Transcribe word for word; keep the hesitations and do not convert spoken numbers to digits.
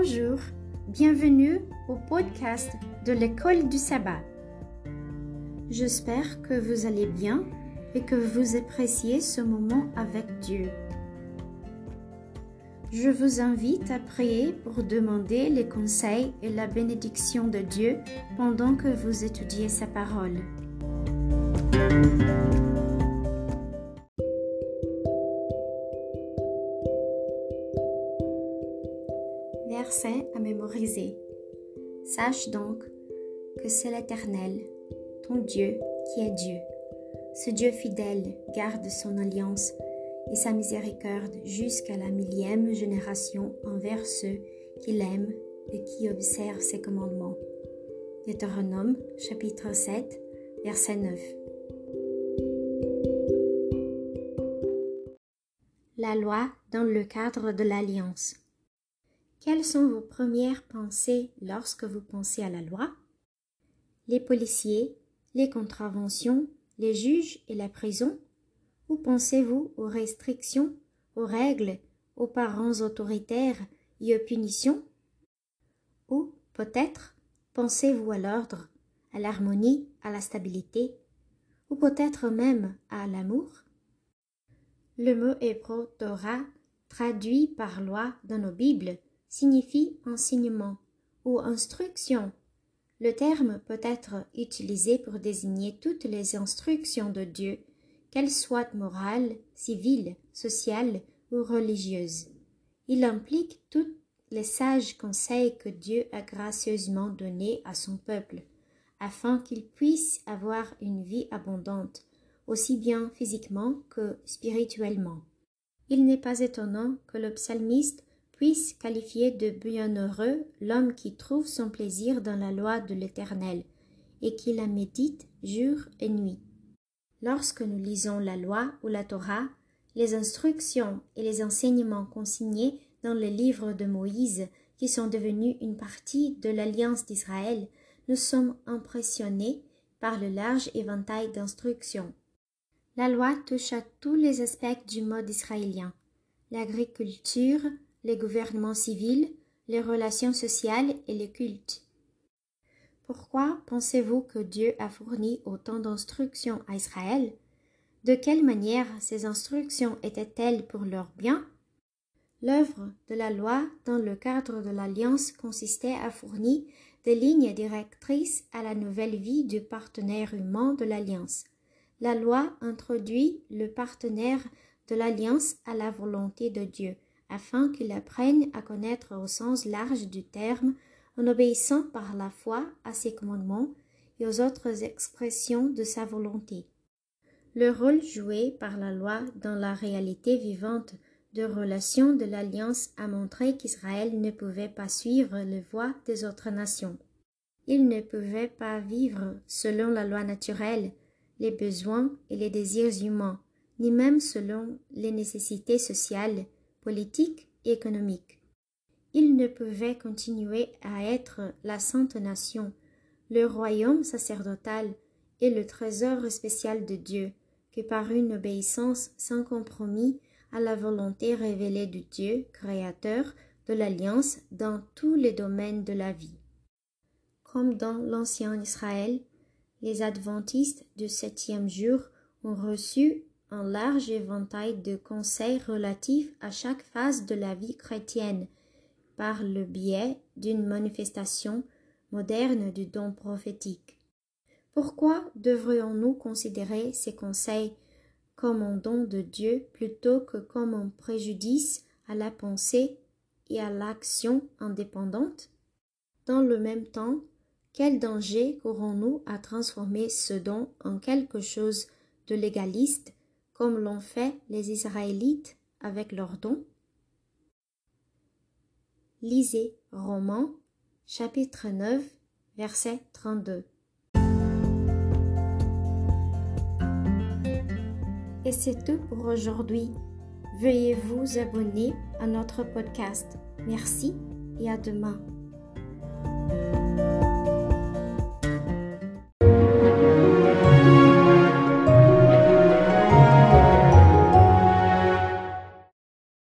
Bonjour, bienvenue au podcast de l'école du sabbat. J'espère que vous allez bien et que vous appréciez ce moment avec Dieu. Je vous invite à prier pour demander les conseils et la bénédiction de Dieu pendant que vous étudiez sa parole. Verset à mémoriser. Sache donc que c'est l'Éternel, ton Dieu, qui est Dieu. Ce Dieu fidèle garde son alliance et sa miséricorde jusqu'à la millième génération envers ceux qui l'aiment et qui observent ses commandements. Deutéronome, chapitre sept, verset neuf. La loi dans le cadre de l'Alliance. Quelles sont vos premières pensées lorsque vous pensez à la loi? Les policiers, les contraventions, les juges et la prison? Ou pensez-vous aux restrictions, aux règles, aux parents autoritaires et aux punitions? Ou peut-être pensez-vous à l'ordre, à l'harmonie, à la stabilité, ou peut-être même à l'amour? Le mot hébreu Torah, traduit par loi dans nos Bibles, signifie enseignement ou instruction. Le terme peut être utilisé pour désigner toutes les instructions de Dieu, qu'elles soient morales, civiles, sociales ou religieuses. Il implique tous les sages conseils que Dieu a gracieusement donnés à son peuple, afin qu'il puisse avoir une vie abondante, aussi bien physiquement que spirituellement. Il n'est pas étonnant que le psalmiste puisse qualifier de bienheureux l'homme qui trouve son plaisir dans la loi de l'Éternel et qui la médite jour et nuit. Lorsque nous lisons la loi ou la Torah, les instructions et les enseignements consignés dans les livres de Moïse, qui sont devenus une partie de l'Alliance d'Israël, nous sommes impressionnés par le large éventail d'instructions. La loi touche à tous les aspects du mode israélien, l'agriculture, les gouvernements civils, les relations sociales et les cultes. Pourquoi pensez-vous que Dieu a fourni autant d'instructions à Israël? De quelle manière ces instructions étaient-elles pour leur bien? L'œuvre de la loi dans le cadre de l'Alliance consistait à fournir des lignes directrices à la nouvelle vie du partenaire humain de l'Alliance. La loi introduit le partenaire de l'Alliance à la volonté de Dieu, afin qu'il apprenne à connaître au sens large du terme, en obéissant par la foi à ses commandements et aux autres expressions de sa volonté. Le rôle joué par la loi dans la réalité vivante de relations de l'Alliance a montré qu'Israël ne pouvait pas suivre les voies des autres nations. Il ne pouvait pas vivre selon la loi naturelle, les besoins et les désirs humains, ni même selon les nécessités sociales, politiques et économiques. Il ne pouvait continuer à être la sainte nation, le royaume sacerdotal et le trésor spécial de Dieu, que par une obéissance sans compromis à la volonté révélée de Dieu, créateur de l'Alliance dans tous les domaines de la vie. Comme dans l'ancien Israël, les adventistes du septième jour ont reçu un large éventail de conseils relatifs à chaque phase de la vie chrétienne par le biais d'une manifestation moderne du don prophétique. Pourquoi devrions-nous considérer ces conseils comme un don de Dieu plutôt que comme un préjudice à la pensée et à l'action indépendante? Dans le même temps, quel danger courons-nous à transformer ce don en quelque chose de légaliste, comme l'ont fait les Israélites avec leurs dons? Lisez Romains, chapitre neuf, verset trente-deux. Et c'est tout pour aujourd'hui. Veuillez vous abonner à notre podcast. Merci et à demain.